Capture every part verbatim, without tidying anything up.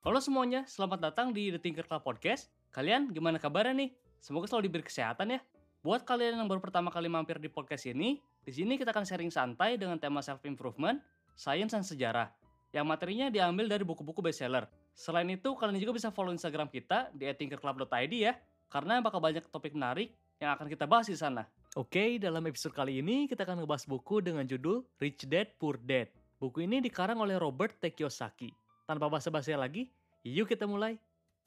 Halo semuanya, selamat datang di The Thinker Club Podcast. Kalian gimana kabarnya nih? Semoga selalu diberi kesehatan ya. Buat kalian yang baru pertama kali mampir di podcast ini, di sini kita akan sharing santai dengan tema self-improvement, sains dan sejarah, yang materinya diambil dari buku-buku bestseller. Selain itu, kalian juga bisa follow Instagram kita di at thinker club dot i d ya, karena bakal banyak topik menarik yang akan kita bahas di sana. Oke, dalam episode kali ini kita akan ngebahas buku dengan judul Rich Dad Poor Dad. Buku ini dikarang oleh Robert T. Kiyosaki. Tanpa basa-basi lagi, yuk kita mulai.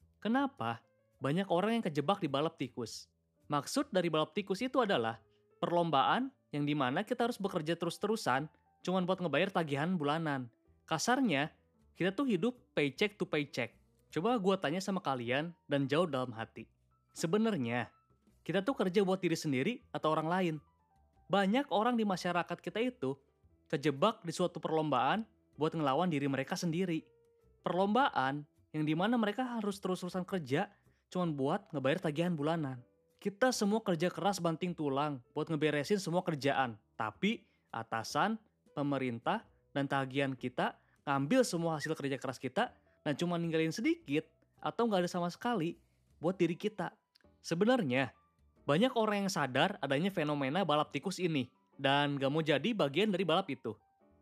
Kenapa banyak orang yang kejebak di balap tikus? Maksud dari balap tikus itu adalah perlombaan yang dimana kita harus bekerja terus-terusan cuman buat ngebayar tagihan bulanan. Kasarnya, kita tuh hidup paycheck to paycheck. Coba gue tanya sama kalian dan jawab dalam hati. Sebenarnya, kita tuh kerja buat diri sendiri atau orang lain? Banyak orang di masyarakat kita itu kejebak di suatu perlombaan buat ngelawan diri mereka sendiri. Perlombaan yang dimana mereka harus terus-terusan kerja cuman buat ngebayar tagihan bulanan. Kita semua kerja keras banting tulang buat ngeberesin semua kerjaan. Tapi atasan, pemerintah, dan tagihan kita ngambil semua hasil kerja keras kita dan cuma ninggalin sedikit atau nggak ada sama sekali buat diri kita. Sebenarnya, banyak orang yang sadar adanya fenomena balap tikus ini dan gak mau jadi bagian dari balap itu.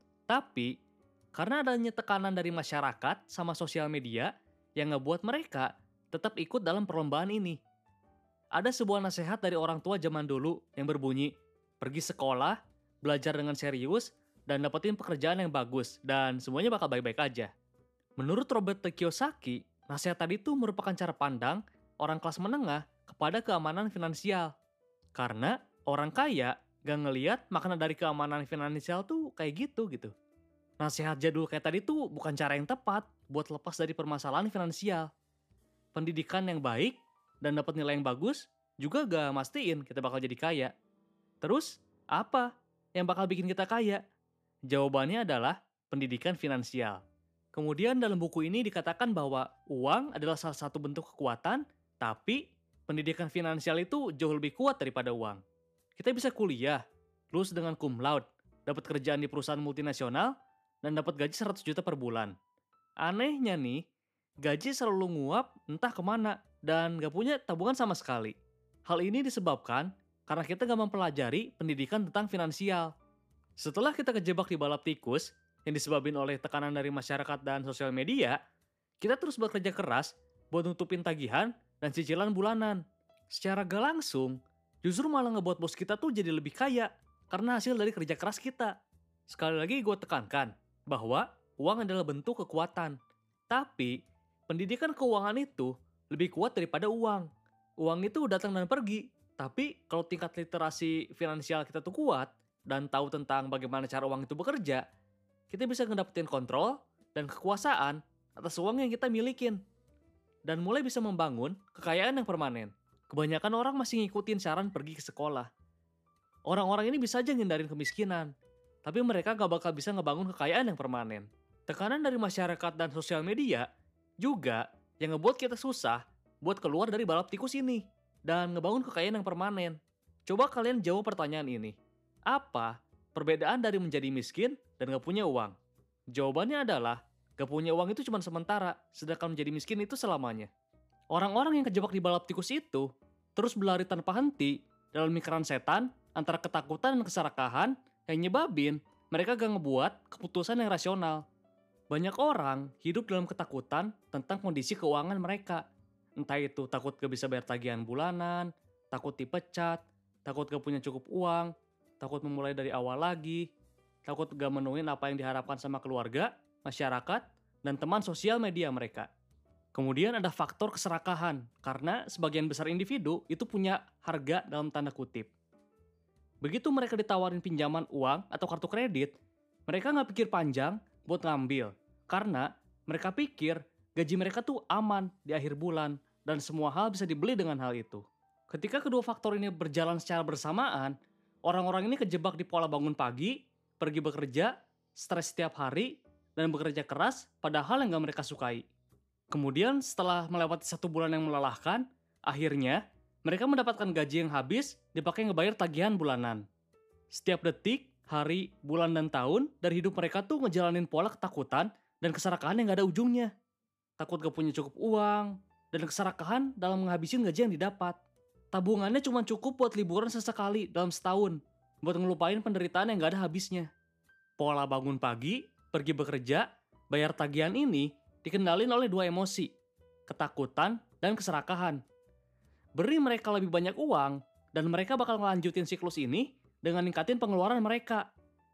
Tapi, karena adanya tekanan dari masyarakat sama sosial media yang ngebuat mereka tetap ikut dalam perlombaan ini. Ada sebuah nasihat dari orang tua zaman dulu yang berbunyi, pergi sekolah, belajar dengan serius, dan dapetin pekerjaan yang bagus, dan semuanya bakal baik-baik aja. Menurut Robert T. Kiyosaki, nasihat tadi itu merupakan cara pandang orang kelas menengah kepada keamanan finansial. Karena orang kaya gak ngeliat makna dari keamanan finansial tuh kayak gitu gitu. Nasihat jadul kayak tadi tuh bukan cara yang tepat buat lepas dari permasalahan finansial. Pendidikan yang baik dan dapat nilai yang bagus juga gak mastiin kita bakal jadi kaya. Terus, apa yang bakal bikin kita kaya? Jawabannya adalah pendidikan finansial. Kemudian dalam buku ini dikatakan bahwa uang adalah salah satu bentuk kekuatan, tapi pendidikan finansial itu jauh lebih kuat daripada uang. Kita bisa kuliah, lulus dengan cum laude, dapat kerjaan di perusahaan multinasional, dan dapat gaji seratus juta per bulan. Anehnya nih, gaji selalu nguap entah kemana dan gak punya tabungan sama sekali. Hal ini disebabkan karena kita gak mempelajari pendidikan tentang finansial. Setelah kita kejebak di balap tikus yang disebabkan oleh tekanan dari masyarakat dan sosial media, kita terus bekerja keras buat nutupin tagihan dan cicilan bulanan. Secara gak langsung, justru malah ngebuat bos kita tuh jadi lebih kaya karena hasil dari kerja keras kita. Sekali lagi gue tekankan bahwa uang adalah bentuk kekuatan. Tapi, pendidikan keuangan itu lebih kuat daripada uang. Uang itu datang dan pergi. Tapi, kalau tingkat literasi finansial kita tuh kuat dan tahu tentang bagaimana cara uang itu bekerja, kita bisa ngedapetin kontrol dan kekuasaan atas uang yang kita milikin. Dan mulai bisa membangun kekayaan yang permanen. Kebanyakan orang masih ngikutin saran pergi ke sekolah. Orang-orang ini bisa aja ngindarin kemiskinan, tapi mereka gak bakal bisa ngebangun kekayaan yang permanen. Tekanan dari masyarakat dan sosial media juga yang ngebuat kita susah buat keluar dari balap tikus ini dan ngebangun kekayaan yang permanen. Coba kalian jawab pertanyaan ini. Apa perbedaan dari menjadi miskin dan gak punya uang? Jawabannya adalah gak punya uang itu cuma sementara, sedangkan menjadi miskin itu selamanya. Orang-orang yang kejebak di balap tikus itu terus berlari tanpa henti dalam lingkaran setan antara ketakutan dan keserakahan yang nyebabin mereka gak ngebuat keputusan yang rasional. Banyak orang hidup dalam ketakutan tentang kondisi keuangan mereka. Entah itu takut gak bisa bayar tagihan bulanan, takut dipecat, takut gak punya cukup uang, takut memulai dari awal lagi, takut gak menuhin apa yang diharapkan sama keluarga, masyarakat, dan teman sosial media mereka. Kemudian ada faktor keserakahan, karena sebagian besar individu itu punya harga dalam tanda kutip. Begitu mereka ditawarin pinjaman uang atau kartu kredit, mereka nggak pikir panjang buat ngambil. Karena mereka pikir gaji mereka tuh aman di akhir bulan dan semua hal bisa dibeli dengan hal itu. Ketika kedua faktor ini berjalan secara bersamaan, orang-orang ini kejebak di pola bangun pagi, pergi bekerja, stres setiap hari, dan bekerja keras pada hal yang gak mereka sukai. Kemudian setelah melewati satu bulan yang melelahkan, akhirnya mereka mendapatkan gaji yang habis dipakai ngebayar tagihan bulanan. Setiap detik, hari, bulan, dan tahun dari hidup mereka tuh ngejalanin pola ketakutan dan keserakahan yang gak ada ujungnya. takut gak punya cukup uang, dan keserakahan dalam menghabisin gaji yang didapat. Tabungannya cuma cukup buat liburan sesekali dalam setahun, buat ngelupain penderitaan yang gak ada habisnya. Pola bangun pagi, pergi bekerja, bayar tagihan ini dikendalin oleh dua emosi, ketakutan dan keserakahan. Beri mereka lebih banyak uang, dan mereka bakal ngelanjutin siklus ini dengan ningkatin pengeluaran mereka.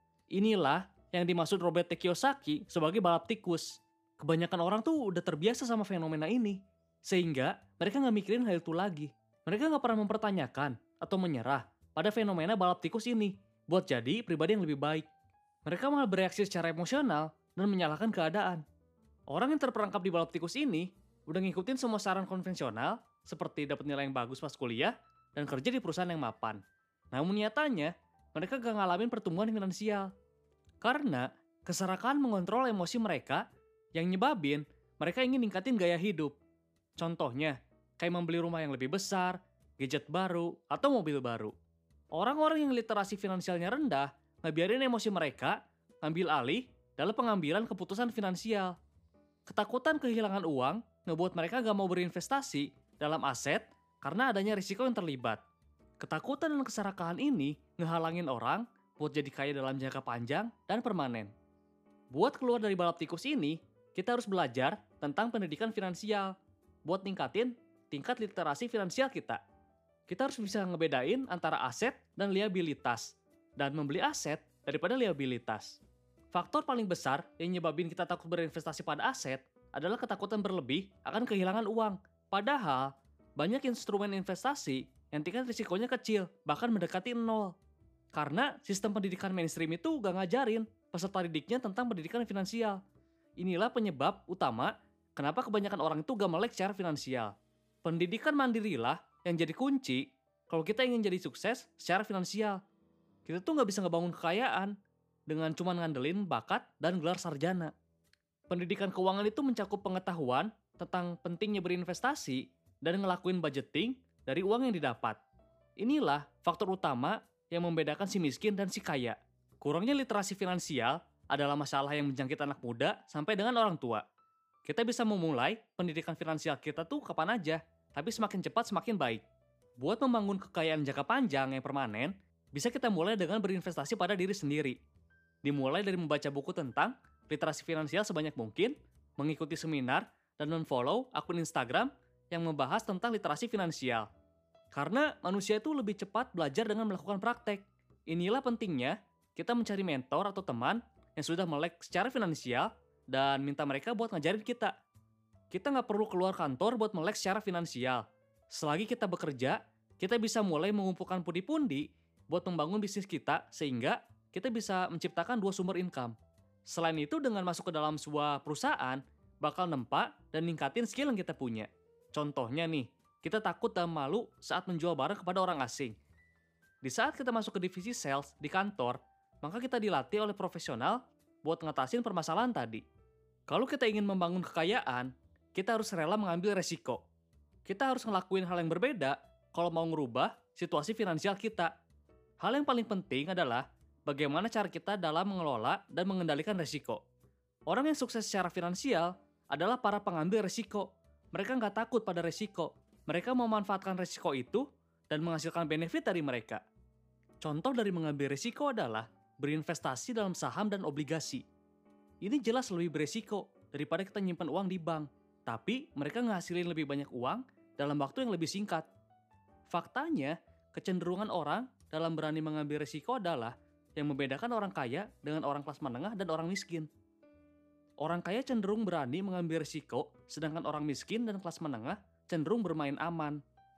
Inilah yang dimaksud Robert T. Kiyosaki sebagai balap tikus. Kebanyakan orang tuh udah terbiasa sama fenomena ini, sehingga mereka nggak mikirin hal itu lagi. Mereka nggak pernah mempertanyakan atau menyerah pada fenomena balap tikus ini buat jadi pribadi yang lebih baik. Mereka malah bereaksi secara emosional dan menyalahkan keadaan. Orang yang terperangkap di balap tikus ini udah ngikutin semua saran konvensional seperti dapat nilai yang bagus pas kuliah dan kerja di perusahaan yang mapan. Namun nyatanya, mereka gak ngalamin pertumbuhan finansial. Karena keserakahan mengontrol emosi mereka yang nyebabin mereka ingin ningkatin gaya hidup. Contohnya, kayak membeli rumah yang lebih besar, gadget baru, atau mobil baru. Orang-orang yang literasi finansialnya rendah ngebiarin emosi mereka ngambil alih dalam pengambilan keputusan finansial. Ketakutan kehilangan uang ngebuat mereka gak mau berinvestasi dalam aset karena adanya risiko yang terlibat. Ketakutan dan keserakahan ini ngehalangin orang buat jadi kaya dalam jangka panjang dan permanen. Buat keluar dari balap tikus ini, kita harus belajar tentang pendidikan finansial buat ningkatin tingkat literasi finansial kita. Kita harus bisa ngebedain antara aset dan liabilitas, dan membeli aset daripada liabilitas. Faktor paling besar yang nyebabin kita takut berinvestasi pada aset adalah ketakutan berlebih akan kehilangan uang. Padahal, banyak instrumen investasi yang tingkat risikonya kecil, bahkan mendekati nol. Karena sistem pendidikan mainstream itu gak ngajarin peserta didiknya tentang pendidikan finansial. Inilah penyebab utama kenapa kebanyakan orang itu gak melek secara finansial. Pendidikan mandirilah yang jadi kunci kalau kita ingin jadi sukses secara finansial. Kita tuh gak bisa ngebangun kekayaan dengan cuma ngandelin bakat dan gelar sarjana. Pendidikan keuangan itu mencakup pengetahuan tentang pentingnya berinvestasi dan ngelakuin budgeting dari uang yang didapat. Inilah faktor utama yang membedakan si miskin dan si kaya. Kurangnya literasi finansial adalah masalah yang menjangkit anak muda sampai dengan orang tua. Kita bisa memulai pendidikan finansial kita tuh kapan aja, tapi semakin cepat semakin baik. Buat membangun kekayaan jangka panjang yang permanen, bisa kita mulai dengan berinvestasi pada diri sendiri. Dimulai dari membaca buku tentang literasi finansial sebanyak mungkin, mengikuti seminar, dan men-follow akun Instagram yang membahas tentang literasi finansial. Karena manusia itu lebih cepat belajar dengan melakukan praktek. Inilah pentingnya kita mencari mentor atau teman yang sudah melek secara finansial dan minta mereka buat ngajarin kita. Kita nggak perlu keluar kantor buat melek secara finansial. Selagi kita bekerja, kita bisa mulai mengumpulkan pundi-pundi buat membangun bisnis kita sehingga kita bisa menciptakan dua sumber income. Selain itu, dengan masuk ke dalam sebuah perusahaan, bakal nempa dan ningkatin skill yang kita punya. Contohnya nih, kita takut dan malu saat menjual barang kepada orang asing. Di saat kita masuk ke divisi sales di kantor, maka kita dilatih oleh profesional buat ngatasin permasalahan tadi. Kalau kita ingin membangun kekayaan, kita harus rela mengambil resiko. Kita harus ngelakuin hal yang berbeda kalau mau ngerubah situasi finansial kita. Hal yang paling penting adalah bagaimana cara kita dalam mengelola dan mengendalikan resiko. Orang yang sukses secara finansial adalah para pengambil resiko. Mereka nggak takut pada resiko. Mereka memanfaatkan resiko itu dan menghasilkan benefit dari mereka. Contoh dari mengambil resiko adalah berinvestasi dalam saham dan obligasi. Ini jelas lebih beresiko daripada kita nyimpan uang di bank. Tapi mereka ngehasilin lebih banyak uang dalam waktu yang lebih singkat. Faktanya, kecenderungan orang dalam berani mengambil resiko adalah yang membedakan orang kaya dengan orang kelas menengah dan orang miskin. Orang kaya cenderung berani mengambil risiko, sedangkan orang miskin dan kelas menengah cenderung bermain aman.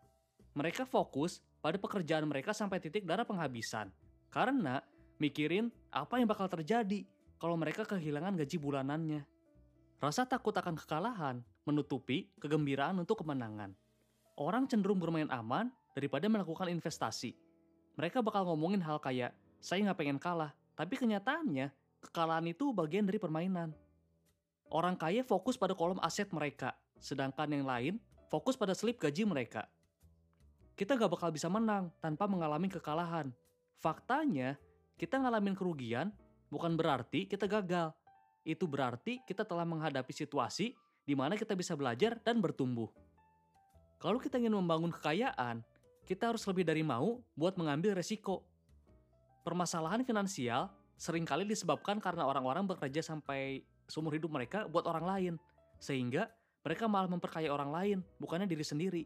Mereka fokus pada pekerjaan mereka sampai titik darah penghabisan, karena mikirin apa yang bakal terjadi kalau mereka kehilangan gaji bulanannya. Rasa takut akan kekalahan menutupi kegembiraan untuk kemenangan. Orang cenderung bermain aman daripada melakukan investasi. Mereka bakal ngomongin hal kayak, saya nggak pengen kalah, tapi kenyataannya kekalahan itu bagian dari permainan. Orang kaya fokus pada kolom aset mereka, sedangkan yang lain fokus pada slip gaji mereka. Kita gak bakal bisa menang tanpa mengalami kekalahan. Faktanya, kita ngalamin kerugian bukan berarti kita gagal. Itu berarti kita telah menghadapi situasi di mana kita bisa belajar dan bertumbuh. Kalau kita ingin membangun kekayaan, kita harus lebih dari mau buat mengambil resiko. Permasalahan finansial seringkali disebabkan karena orang-orang bekerja sampai seumur hidup mereka buat orang lain, sehingga mereka malah memperkaya orang lain, bukannya diri sendiri.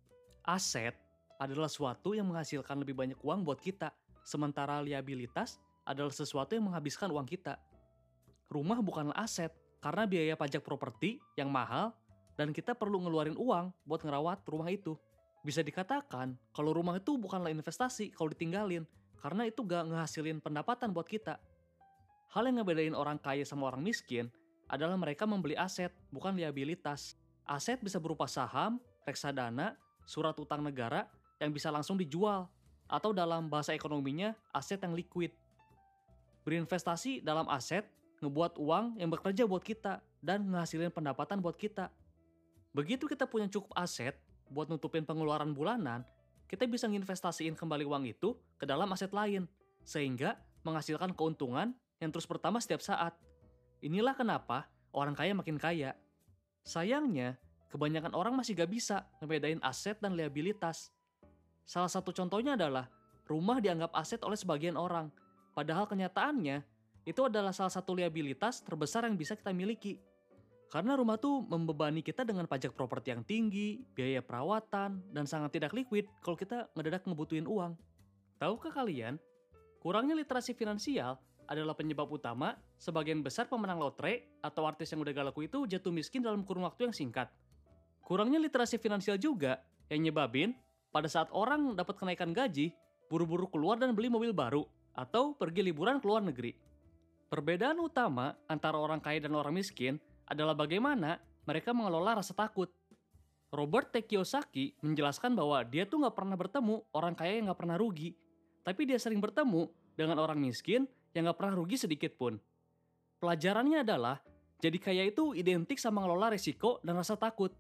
Aset adalah sesuatu yang menghasilkan lebih banyak uang buat kita, sementara liabilitas adalah sesuatu yang menghabiskan uang kita. Rumah bukanlah aset, karena biaya pajak properti yang mahal, dan kita perlu ngeluarin uang buat ngerawat rumah itu. Bisa dikatakan kalau rumah itu bukanlah investasi kalau ditinggalin, karena itu gak ngehasilin pendapatan buat kita. Hal yang ngebedain orang kaya sama orang miskin adalah mereka membeli aset, bukan liabilitas. Aset bisa berupa saham, reksadana, surat utang negara yang bisa langsung dijual, atau dalam bahasa ekonominya aset yang liquid. Berinvestasi dalam aset ngebuat uang yang bekerja buat kita dan ngehasilin pendapatan buat kita. Begitu kita punya cukup aset buat nutupin pengeluaran bulanan, kita bisa nginvestasiin kembali uang itu ke dalam aset lain, sehingga menghasilkan keuntungan yang terus bertambah setiap saat. Inilah kenapa orang kaya makin kaya. Sayangnya, kebanyakan orang masih gak bisa ngebedain aset dan liabilitas. Salah satu contohnya adalah rumah dianggap aset oleh sebagian orang, padahal kenyataannya itu adalah salah satu liabilitas terbesar yang bisa kita miliki. Karena rumah tuh membebani kita dengan pajak properti yang tinggi, biaya perawatan, dan sangat tidak liquid kalau kita ngedadak ngebutuhin uang. Tahukah kalian, kurangnya literasi finansial adalah penyebab utama sebagian besar pemenang lotre atau artis yang udah gak laku itu jatuh miskin dalam kurun waktu yang singkat. Kurangnya literasi finansial juga yang nyebabin pada saat orang dapat kenaikan gaji, buru-buru keluar dan beli mobil baru, atau pergi liburan ke luar negeri. Perbedaan utama antara orang kaya dan orang miskin adalah bagaimana mereka mengelola rasa takut. Robert T. Kiyosaki menjelaskan bahwa dia tuh gak pernah bertemu orang kaya yang gak pernah rugi, tapi dia sering bertemu dengan orang miskin yang gak pernah rugi sedikit pun. Pelajarannya adalah, jadi kaya itu identik sama ngelola risiko dan rasa takut.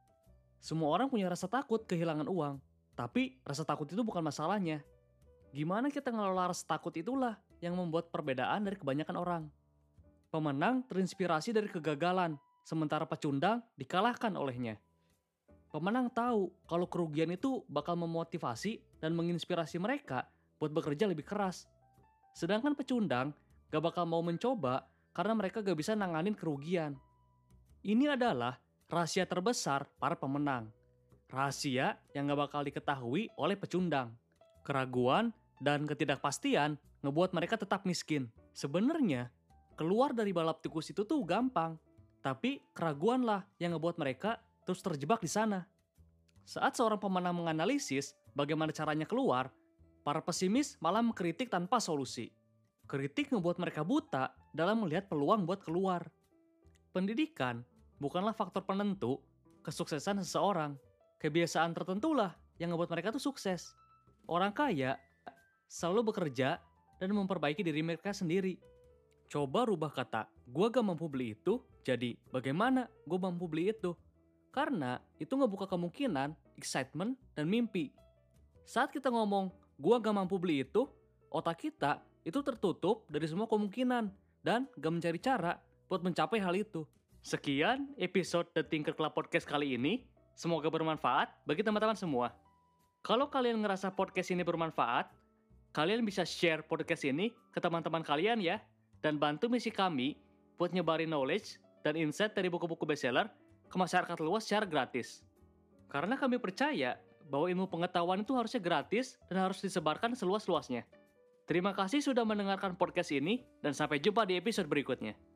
Semua orang punya rasa takut kehilangan uang, tapi rasa takut itu bukan masalahnya. Gimana kita ngelola rasa takut itulah yang membuat perbedaan dari kebanyakan orang. Pemenang terinspirasi dari kegagalan, sementara pecundang dikalahkan olehnya. Pemenang tahu kalau kerugian itu bakal memotivasi dan menginspirasi mereka buat bekerja lebih keras. Sedangkan pecundang gak bakal mau mencoba karena mereka gak bisa nanganin kerugian. Ini adalah rahasia terbesar para pemenang. Rahasia yang gak bakal diketahui oleh pecundang. Keraguan dan ketidakpastian ngebuat mereka tetap miskin. Sebenarnya, keluar dari balap tikus itu tuh gampang, tapi keraguanlah yang ngebuat mereka terus terjebak di sana. Saat seorang pemenang menganalisis bagaimana caranya keluar, para pesimis malah mengkritik tanpa solusi. Kritik ngebuat mereka buta dalam melihat peluang buat keluar. Pendidikan bukanlah faktor penentu kesuksesan seseorang. Kebiasaan tertentulah yang ngebuat mereka tuh sukses. Orang kaya selalu bekerja dan memperbaiki diri mereka sendiri. Coba rubah kata, gue gak mampu beli itu, jadi bagaimana gue mampu beli itu? Karena itu ngebuka kemungkinan, excitement, dan mimpi. Saat kita ngomong, gue gak mampu beli itu, otak kita itu tertutup dari semua kemungkinan, dan gak mencari cara buat mencapai hal itu. Sekian episode The Thinker Club Podcast kali ini, semoga bermanfaat bagi teman-teman semua. Kalau kalian ngerasa podcast ini bermanfaat, kalian bisa share podcast ini ke teman-teman kalian ya, dan bantu misi kami buat nyebarin knowledge dan insight dari buku-buku bestseller ke masyarakat luas secara gratis. Karena kami percaya bahwa ilmu pengetahuan itu harusnya gratis dan harus disebarkan seluas-luasnya. Terima kasih sudah mendengarkan podcast ini dan sampai jumpa di episode berikutnya.